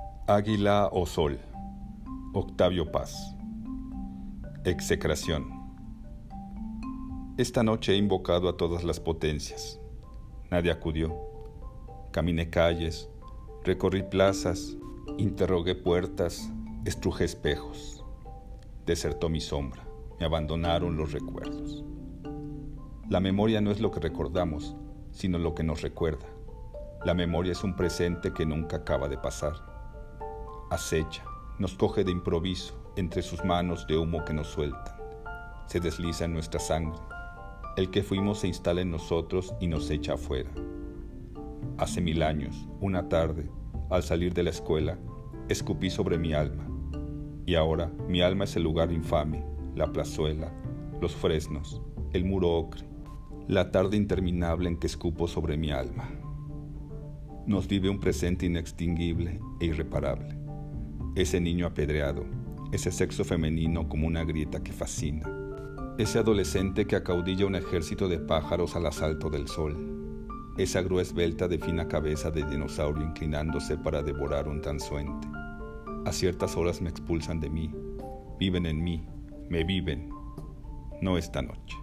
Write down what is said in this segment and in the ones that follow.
Águila o Sol, Octavio Paz. Execración. Esta noche he invocado a todas las potencias. Nadie acudió. Caminé calles, recorrí plazas, interrogué puertas, estrujé espejos. Desertó mi sombra, me abandonaron los recuerdos. La memoria no es lo que recordamos, sino lo que nos recuerda. La memoria es un presente que nunca acaba de pasar. Acecha, nos coge de improviso entre sus manos de humo que nos sueltan. Se desliza en nuestra sangre. El que fuimos se instala en nosotros y nos echa afuera. Hace 1000 años, una tarde, al salir de la escuela, escupí sobre mi alma. Y ahora mi alma es el lugar infame, la plazuela, los fresnos, el muro ocre, la tarde interminable en que escupo sobre mi alma. Nos vive un presente inextinguible e irreparable. Ese niño apedreado, ese sexo femenino como una grieta que fascina, ese adolescente que acaudilla un ejército de pájaros al asalto del sol, esa grúa esbelta de fina cabeza de dinosaurio inclinándose para devorar un transuente. A ciertas horas me expulsan de mí, viven en mí, me viven, no esta noche.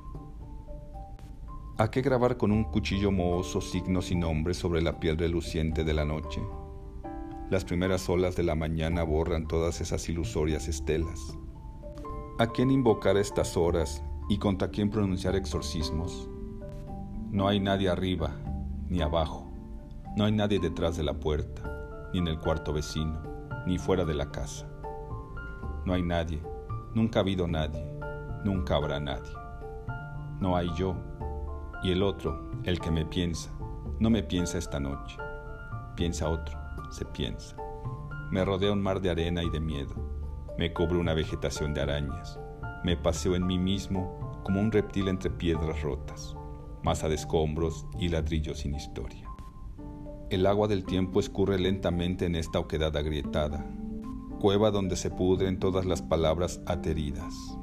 ¿A qué grabar con un cuchillo mohoso signos y nombres sobre la piel reluciente de la noche? Las primeras olas de la mañana borran todas esas ilusorias estelas. ¿A quién invocar a estas horas y contra quién pronunciar exorcismos? No hay nadie arriba ni abajo, no hay nadie detrás de la puerta, ni en el cuarto vecino, ni fuera de la casa. No hay nadie, nunca ha habido nadie, nunca habrá nadie. No hay yo, y el otro, el que me piensa, no me piensa esta noche, piensa otro. Se piensa. Me rodea un mar de arena y de miedo. Me cubre una vegetación de arañas. Me paseo en mí mismo como un reptil entre piedras rotas, masa de escombros y ladrillos sin historia. El agua del tiempo escurre lentamente en esta oquedad agrietada, cueva donde se pudren todas las palabras ateridas.